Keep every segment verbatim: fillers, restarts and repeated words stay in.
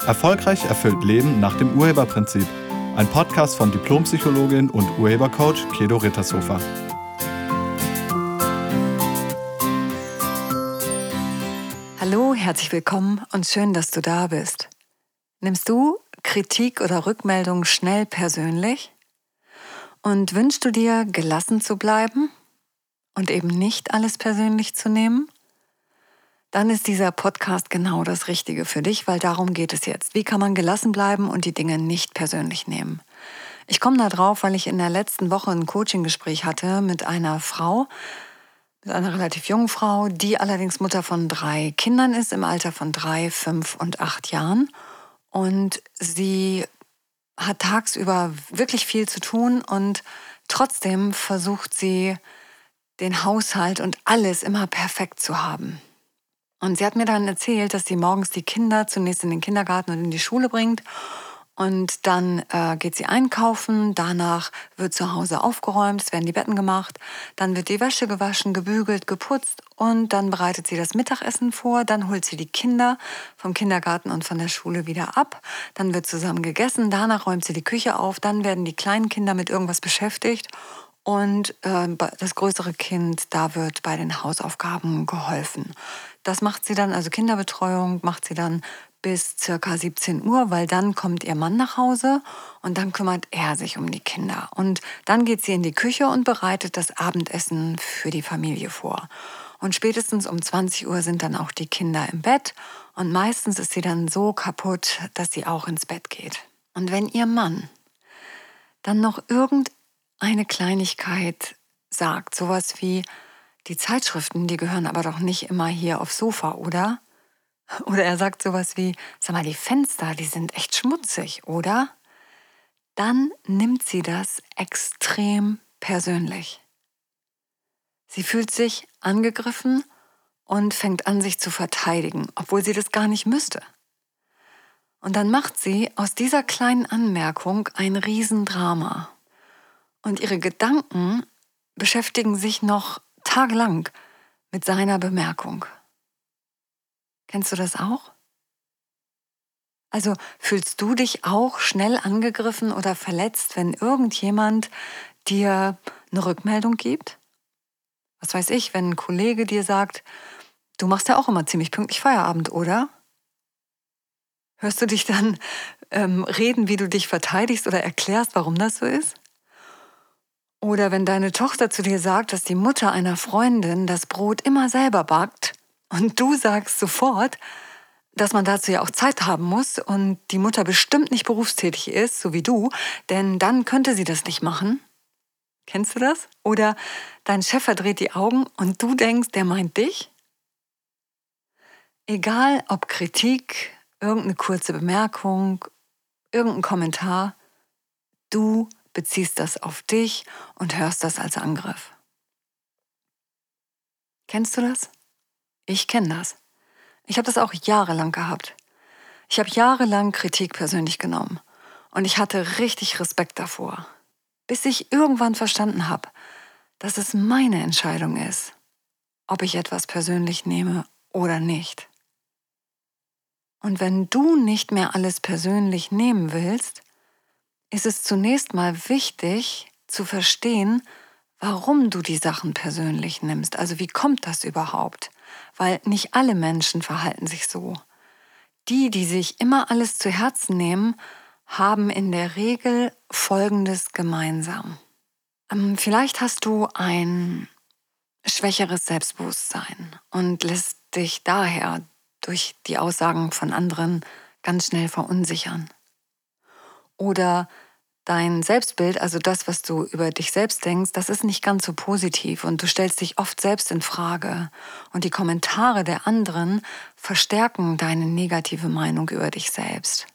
Erfolgreich erfüllt Leben nach dem Urheberprinzip. Ein Podcast von Diplompsychologin und Urhebercoach Kedo Rittershofer. Hallo, herzlich willkommen und schön, dass du da bist. Nimmst du Kritik oder Rückmeldung schnell persönlich? Und wünschst du dir, gelassen zu bleiben und eben nicht alles persönlich zu nehmen? Dann ist dieser Podcast genau das Richtige für dich, weil darum geht es jetzt. Wie kann man gelassen bleiben und die Dinge nicht persönlich nehmen? Ich komme da drauf, weil ich in der letzten Woche ein Coaching-Gespräch hatte mit einer Frau, mit einer relativ jungen Frau, die allerdings Mutter von drei Kindern ist, im Alter von drei, fünf und acht Jahren. Und sie hat tagsüber wirklich viel zu tun und trotzdem versucht sie, den Haushalt und alles immer perfekt zu haben. Und sie hat mir dann erzählt, dass sie morgens die Kinder zunächst in den Kindergarten und in die Schule bringt. Und dann äh, geht sie einkaufen, danach wird zu Hause aufgeräumt, es werden die Betten gemacht, dann wird die Wäsche gewaschen, gebügelt, geputzt und dann bereitet sie das Mittagessen vor, dann holt sie die Kinder vom Kindergarten und von der Schule wieder ab, dann wird zusammen gegessen, danach räumt sie die Küche auf, dann werden die kleinen Kinder mit irgendwas beschäftigt und äh, das größere Kind, da wird bei den Hausaufgaben geholfen. Das macht sie dann, also Kinderbetreuung macht sie dann bis circa siebzehn Uhr, weil dann kommt ihr Mann nach Hause und dann kümmert er sich um die Kinder. Und dann geht sie in die Küche und bereitet das Abendessen für die Familie vor. Und spätestens um zwanzig Uhr sind dann auch die Kinder im Bett und meistens ist sie dann so kaputt, dass sie auch ins Bett geht. Und wenn ihr Mann dann noch irgendeine Kleinigkeit sagt, sowas wie, die Zeitschriften, die gehören aber doch nicht immer hier aufs Sofa, oder? Oder er sagt sowas wie, sag mal, die Fenster, die sind echt schmutzig, oder? Dann nimmt sie das extrem persönlich. Sie fühlt sich angegriffen und fängt an, sich zu verteidigen, obwohl sie das gar nicht müsste. Und dann macht sie aus dieser kleinen Anmerkung ein Riesendrama. Und ihre Gedanken beschäftigen sich noch tagelang mit seiner Bemerkung. Kennst du das auch? Also fühlst du dich auch schnell angegriffen oder verletzt, wenn irgendjemand dir eine Rückmeldung gibt? Was weiß ich, wenn ein Kollege dir sagt, du machst ja auch immer ziemlich pünktlich Feierabend, oder? Hörst du dich dann ähm, reden, wie du dich verteidigst oder erklärst, warum das so ist? Oder wenn deine Tochter zu dir sagt, dass die Mutter einer Freundin das Brot immer selber backt und du sagst sofort, dass man dazu ja auch Zeit haben muss und die Mutter bestimmt nicht berufstätig ist, so wie du, denn dann könnte sie das nicht machen. Kennst du das? Oder dein Chef verdreht die Augen und du denkst, der meint dich? Egal ob Kritik, irgendeine kurze Bemerkung, irgendein Kommentar, du beziehst das auf dich und hörst das als Angriff. Kennst du das? Ich kenne das. Ich habe das auch jahrelang gehabt. Ich habe jahrelang Kritik persönlich genommen und ich hatte richtig Respekt davor, bis ich irgendwann verstanden habe, dass es meine Entscheidung ist, ob ich etwas persönlich nehme oder nicht. Und wenn du nicht mehr alles persönlich nehmen willst, ist es zunächst mal wichtig zu verstehen, warum du die Sachen persönlich nimmst. Also wie kommt das überhaupt? Weil nicht alle Menschen verhalten sich so. Die, die sich immer alles zu Herzen nehmen, haben in der Regel Folgendes gemeinsam. Ähm, vielleicht hast du ein schwächeres Selbstbewusstsein und lässt dich daher durch die Aussagen von anderen ganz schnell verunsichern. Oder dein Selbstbild, also das, was du über dich selbst denkst, das ist nicht ganz so positiv und du stellst dich oft selbst in Frage. Und die Kommentare der anderen verstärken deine negative Meinung über dich selbst.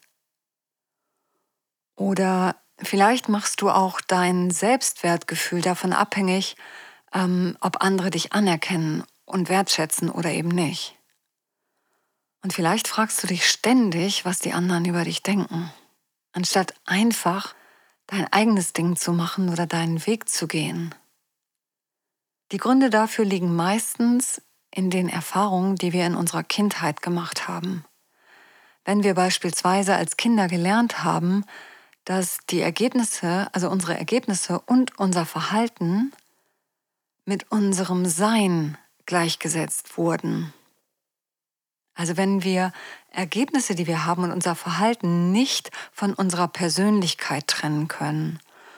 Oder vielleicht machst du auch dein Selbstwertgefühl davon abhängig, ähm, ob andere dich anerkennen und wertschätzen oder eben nicht. Und vielleicht fragst du dich ständig, was die anderen über dich denken, anstatt einfach dein eigenes Ding zu machen oder deinen Weg zu gehen. Die Gründe dafür liegen meistens in den Erfahrungen, die wir in unserer Kindheit gemacht haben. Wenn wir beispielsweise als Kinder gelernt haben, dass die Ergebnisse, also unsere Ergebnisse und unser Verhalten mit unserem Sein gleichgesetzt wurden. Also wenn wir Ergebnisse, die wir haben und unser Verhalten nicht von unserer Persönlichkeit trennen können,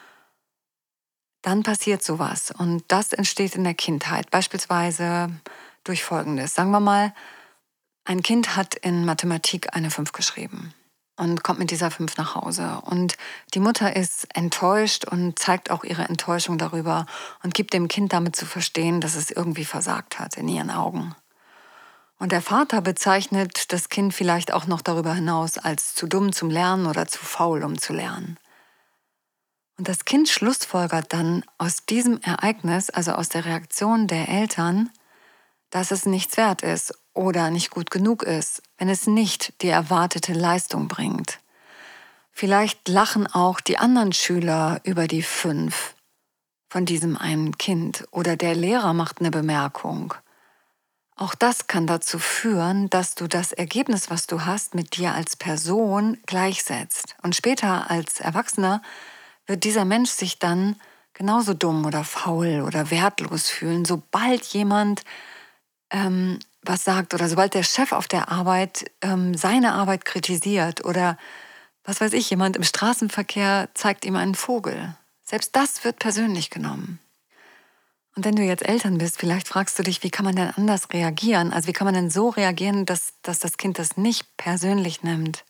dann passiert sowas. Und das entsteht in der Kindheit, beispielsweise durch Folgendes. Sagen wir mal, ein Kind hat in Mathematik eine fünf geschrieben und kommt mit dieser fünf nach Hause. Und die Mutter ist enttäuscht und zeigt auch ihre Enttäuschung darüber und gibt dem Kind damit zu verstehen, dass es irgendwie versagt hat in ihren Augen. Und der Vater bezeichnet das Kind vielleicht auch noch darüber hinaus als zu dumm zum Lernen oder zu faul, um zu lernen. Und das Kind schlussfolgert dann aus diesem Ereignis, also aus der Reaktion der Eltern, dass es nichts wert ist oder nicht gut genug ist, wenn es nicht die erwartete Leistung bringt. Vielleicht lachen auch die anderen Schüler über die fünf von diesem einen Kind oder der Lehrer macht eine Bemerkung. Auch das kann dazu führen, dass du das Ergebnis, was du hast, mit dir als Person gleichsetzt. Und später als Erwachsener wird dieser Mensch sich dann genauso dumm oder faul oder wertlos fühlen, sobald jemand ähm, was sagt oder sobald der Chef auf der Arbeit ähm, seine Arbeit kritisiert oder was weiß ich, jemand im Straßenverkehr zeigt ihm einen Vogel. Selbst das wird persönlich genommen. Und wenn du jetzt Eltern bist, vielleicht fragst du dich, wie kann man denn anders reagieren? Also wie kann man denn so reagieren, dass, dass das Kind das nicht persönlich nimmt?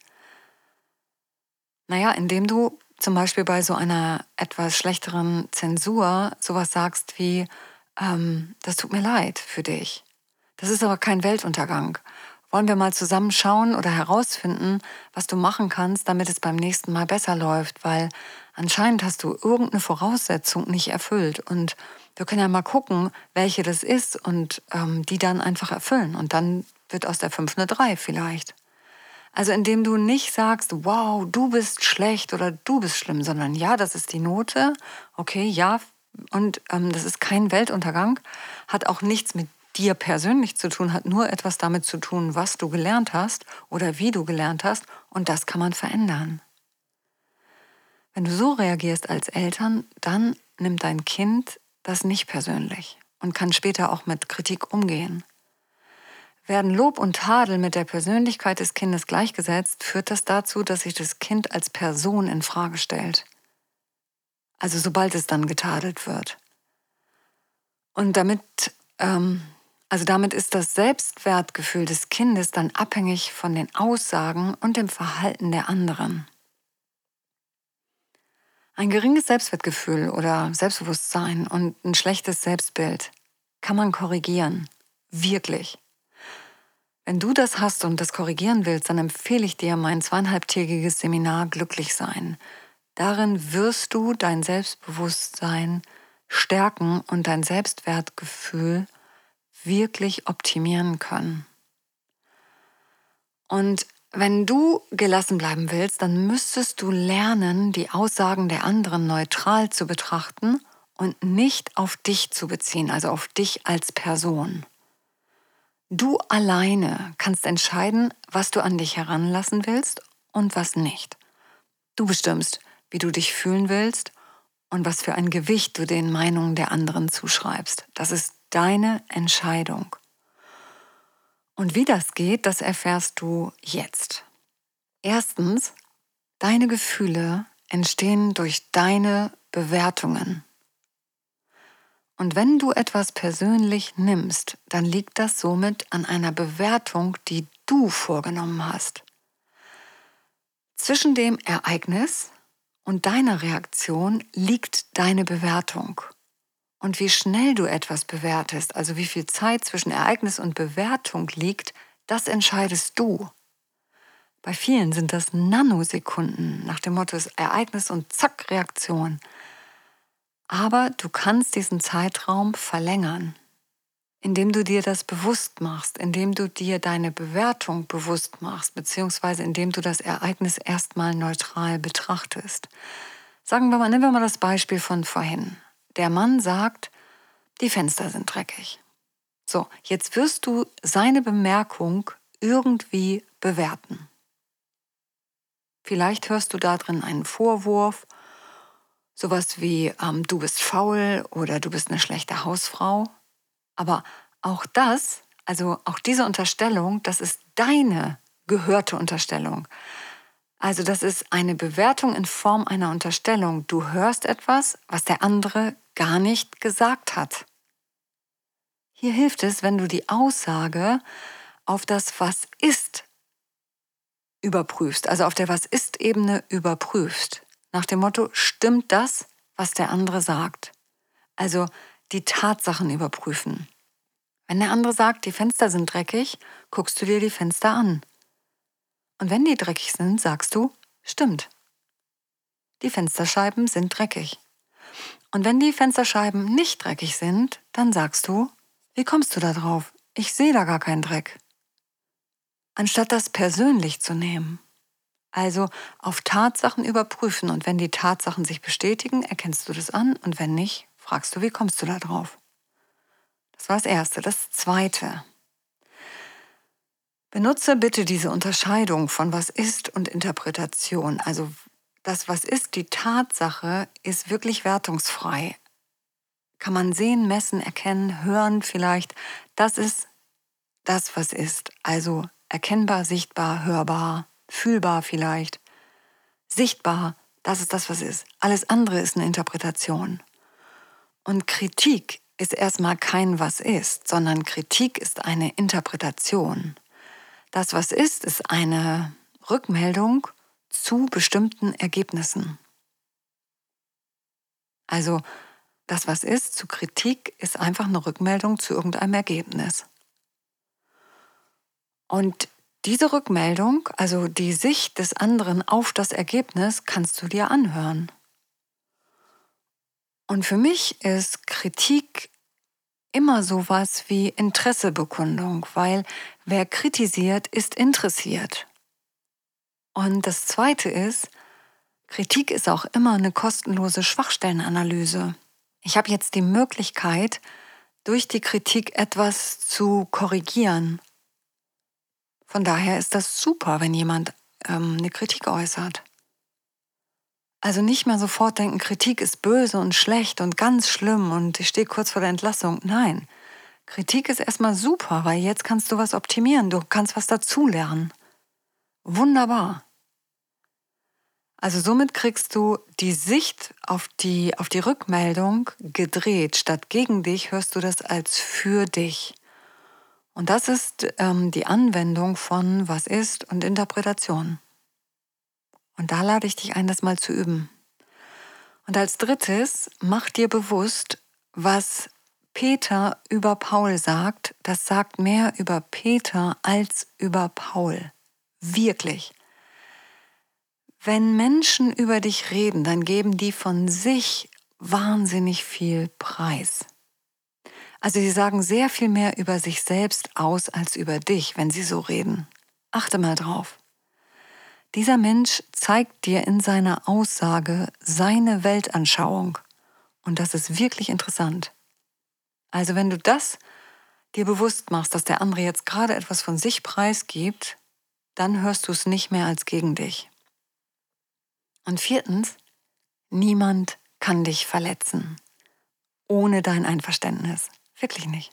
Naja, indem du zum Beispiel bei so einer etwas schlechteren Zensur sowas sagst wie, ähm, das tut mir leid für dich. Das ist aber kein Weltuntergang. Wollen wir mal zusammenschauen oder herausfinden, was du machen kannst, damit es beim nächsten Mal besser läuft, weil anscheinend hast du irgendeine Voraussetzung nicht erfüllt und wir können ja mal gucken, welche das ist und ähm, die dann einfach erfüllen und dann wird aus der fünf eine drei vielleicht. Also indem du nicht sagst, wow, du bist schlecht oder du bist schlimm, sondern ja, das ist die Note, okay, ja, und ähm, das ist kein Weltuntergang, hat auch nichts mit dir persönlich zu tun, hat nur etwas damit zu tun, was du gelernt hast oder wie du gelernt hast und das kann man verändern. Wenn du so reagierst als Eltern, dann nimmt dein Kind das nicht persönlich und kann später auch mit Kritik umgehen. Werden Lob und Tadel mit der Persönlichkeit des Kindes gleichgesetzt, führt das dazu, dass sich das Kind als Person in Frage stellt. Also sobald es dann getadelt wird. Und damit, ähm, also damit ist das Selbstwertgefühl des Kindes dann abhängig von den Aussagen und dem Verhalten der anderen. Ein geringes Selbstwertgefühl oder Selbstbewusstsein und ein schlechtes Selbstbild kann man korrigieren. Wirklich. Wenn du das hast und das korrigieren willst, dann empfehle ich dir mein zweieinhalbtägiges Seminar Glücklich sein. Darin wirst du dein Selbstbewusstsein stärken und dein Selbstwertgefühl wirklich optimieren können. Und wenn du gelassen bleiben willst, dann müsstest du lernen, die Aussagen der anderen neutral zu betrachten und nicht auf dich zu beziehen, also auf dich als Person. Du alleine kannst entscheiden, was du an dich heranlassen willst und was nicht. Du bestimmst, wie du dich fühlen willst und was für ein Gewicht du den Meinungen der anderen zuschreibst. Das ist deine Entscheidung. Und wie das geht, das erfährst du jetzt. Erstens, deine Gefühle entstehen durch deine Bewertungen. Und wenn du etwas persönlich nimmst, dann liegt das somit an einer Bewertung, die du vorgenommen hast. Zwischen dem Ereignis und deiner Reaktion liegt deine Bewertung. Und wie schnell du etwas bewertest, also wie viel Zeit zwischen Ereignis und Bewertung liegt, das entscheidest du. Bei vielen sind das Nanosekunden nach dem Motto Ereignis und zack, Reaktion. Aber du kannst diesen Zeitraum verlängern, indem du dir das bewusst machst, indem du dir deine Bewertung bewusst machst, beziehungsweise indem du das Ereignis erstmal neutral betrachtest. Sagen wir mal, nehmen wir mal das Beispiel von vorhin. Der Mann sagt, die Fenster sind dreckig. So, jetzt wirst du seine Bemerkung irgendwie bewerten. Vielleicht hörst du da drin einen Vorwurf, sowas wie ähm, du bist faul oder du bist eine schlechte Hausfrau. Aber auch das, also auch diese Unterstellung, das ist deine gehörte Unterstellung. Also das ist eine Bewertung in Form einer Unterstellung. Du hörst etwas, was der andere gar nicht gesagt hat. Hier hilft es, wenn du die Aussage auf das Was ist überprüfst, also auf der Was-ist-Ebene überprüfst. Nach dem Motto, stimmt das, was der andere sagt? Also die Tatsachen überprüfen. Wenn der andere sagt, die Fenster sind dreckig, guckst du dir die Fenster an. Und wenn die dreckig sind, sagst du, stimmt. Die Fensterscheiben sind dreckig. Und wenn die Fensterscheiben nicht dreckig sind, dann sagst du, wie kommst du da drauf? Ich sehe da gar keinen Dreck. Anstatt das persönlich zu nehmen. Also auf Tatsachen überprüfen und wenn die Tatsachen sich bestätigen, erkennst du das an und wenn nicht, fragst du, wie kommst du da drauf? Das war das Erste. Das Zweite. Benutze bitte diese Unterscheidung von was ist und Interpretation. Also das, was ist, die Tatsache, ist wirklich wertungsfrei. Kann man sehen, messen, erkennen, hören vielleicht. Das ist das, was ist. Also erkennbar, sichtbar, hörbar, fühlbar vielleicht. Sichtbar, das ist das, was ist. Alles andere ist eine Interpretation. Und Kritik ist erstmal kein Was ist, sondern Kritik ist eine Interpretation. Das, was ist, ist eine Rückmeldung zu bestimmten Ergebnissen. Also das, was ist, zu Kritik, ist einfach eine Rückmeldung zu irgendeinem Ergebnis. Und diese Rückmeldung, also die Sicht des anderen auf das Ergebnis, kannst du dir anhören. Und für mich ist Kritik immer sowas wie Interessebekundung, weil wer kritisiert, ist interessiert. Und das Zweite ist, Kritik ist auch immer eine kostenlose Schwachstellenanalyse. Ich habe jetzt die Möglichkeit, durch die Kritik etwas zu korrigieren. Von daher ist das super, wenn jemand ähm, eine Kritik äußert. Also nicht mehr sofort denken, Kritik ist böse und schlecht und ganz schlimm und ich stehe kurz vor der Entlassung. Nein, Kritik ist erstmal super, weil jetzt kannst du was optimieren, du kannst was dazulernen. Wunderbar. Also somit kriegst du die Sicht auf die, auf die Rückmeldung gedreht. Statt gegen dich hörst du das als für dich. Und das ist ähm, die Anwendung von was ist und Interpretation. Und da lade ich dich ein, das mal zu üben. Und als drittes, mach dir bewusst, was Peter über Paul sagt. Das sagt mehr über Peter als über Paul. Wirklich. Wenn Menschen über dich reden, dann geben die von sich wahnsinnig viel Preis. Also sie sagen sehr viel mehr über sich selbst aus als über dich, wenn sie so reden. Achte mal drauf. Dieser Mensch zeigt dir in seiner Aussage seine Weltanschauung. Und das ist wirklich interessant. Also wenn du das dir bewusst machst, dass der andere jetzt gerade etwas von sich preisgibt, dann hörst du es nicht mehr als gegen dich. Und viertens, niemand kann dich verletzen. Ohne dein Einverständnis. Wirklich nicht.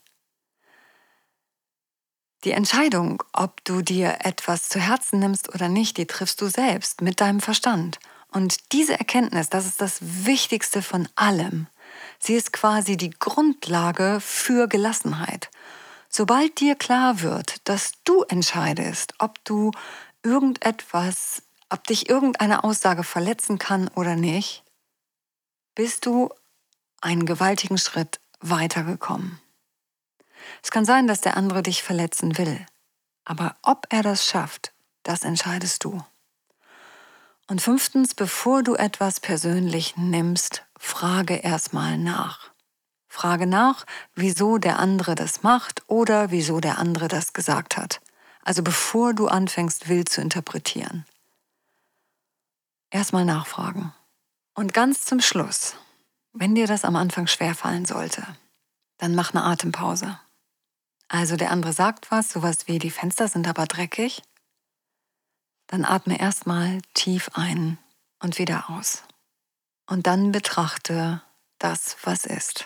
Die Entscheidung, ob du dir etwas zu Herzen nimmst oder nicht, die triffst du selbst mit deinem Verstand. Und diese Erkenntnis, das ist das Wichtigste von allem. Sie ist quasi die Grundlage für Gelassenheit. Sobald dir klar wird, dass du entscheidest, ob du irgendetwas, ob dich irgendeine Aussage verletzen kann oder nicht, bist du einen gewaltigen Schritt weitergekommen. Es kann sein, dass der andere dich verletzen will, aber ob er das schafft, das entscheidest du. Und fünftens, bevor du etwas persönlich nimmst, frage erstmal nach. Frage nach, wieso der andere das macht oder wieso der andere das gesagt hat. Also bevor du anfängst, wild zu interpretieren. Erstmal nachfragen. Und ganz zum Schluss, wenn dir das am Anfang schwerfallen sollte, dann mach eine Atempause. Also der andere sagt was, sowas wie die Fenster sind aber dreckig. dann atme erstmal tief ein und wieder aus. Und dann betrachte das, was ist.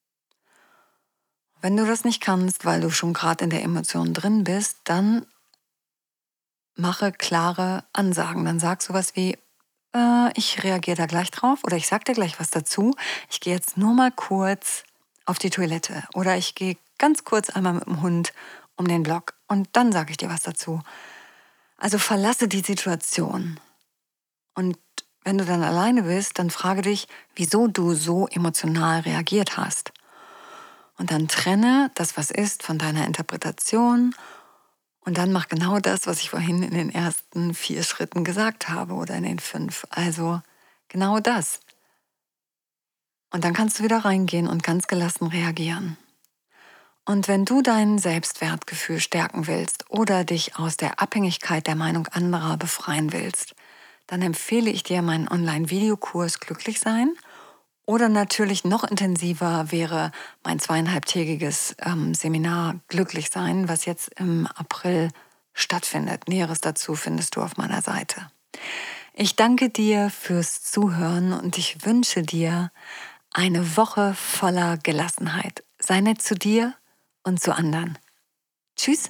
Wenn du das nicht kannst, weil du schon gerade in der Emotion drin bist, dann mache klare Ansagen. Dann sag sowas wie, äh, ich reagiere da gleich drauf oder ich sag dir gleich was dazu. Ich gehe jetzt nur mal kurz auf die Toilette oder ich gehe ganz kurz einmal mit dem Hund um den Block und dann sage ich dir was dazu. Also verlasse die Situation. Und wenn du dann alleine bist, dann frage dich, wieso du so emotional reagiert hast. Und dann trenne das, was ist, von deiner Interpretation und dann mach genau das, was ich vorhin in den ersten vier Schritten gesagt habe oder in den fünf. Also genau das. Und dann kannst du wieder reingehen und ganz gelassen reagieren. Und wenn du dein Selbstwertgefühl stärken willst oder dich aus der Abhängigkeit der Meinung anderer befreien willst, dann empfehle ich dir meinen Online-Videokurs Glücklich sein. Oder natürlich noch intensiver wäre mein zweieinhalbtägiges ähm, Seminar Glücklich sein, was jetzt im April stattfindet. Näheres dazu findest du auf meiner Seite. Ich danke dir fürs Zuhören und ich wünsche dir eine Woche voller Gelassenheit. Sei nett zu dir und zu anderen. Tschüss.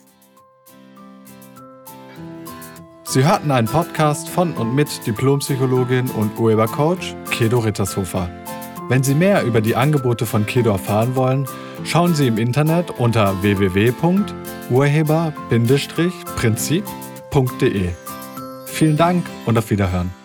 Sie hörten einen Podcast von und mit Diplompsychologin und Urhebercoach Kedo Rittershofer. Wenn Sie mehr über die Angebote von Kedo erfahren wollen, schauen Sie im Internet unter w w w punkt urheber Bindestrich prinzip punkt de. Vielen Dank und auf Wiederhören.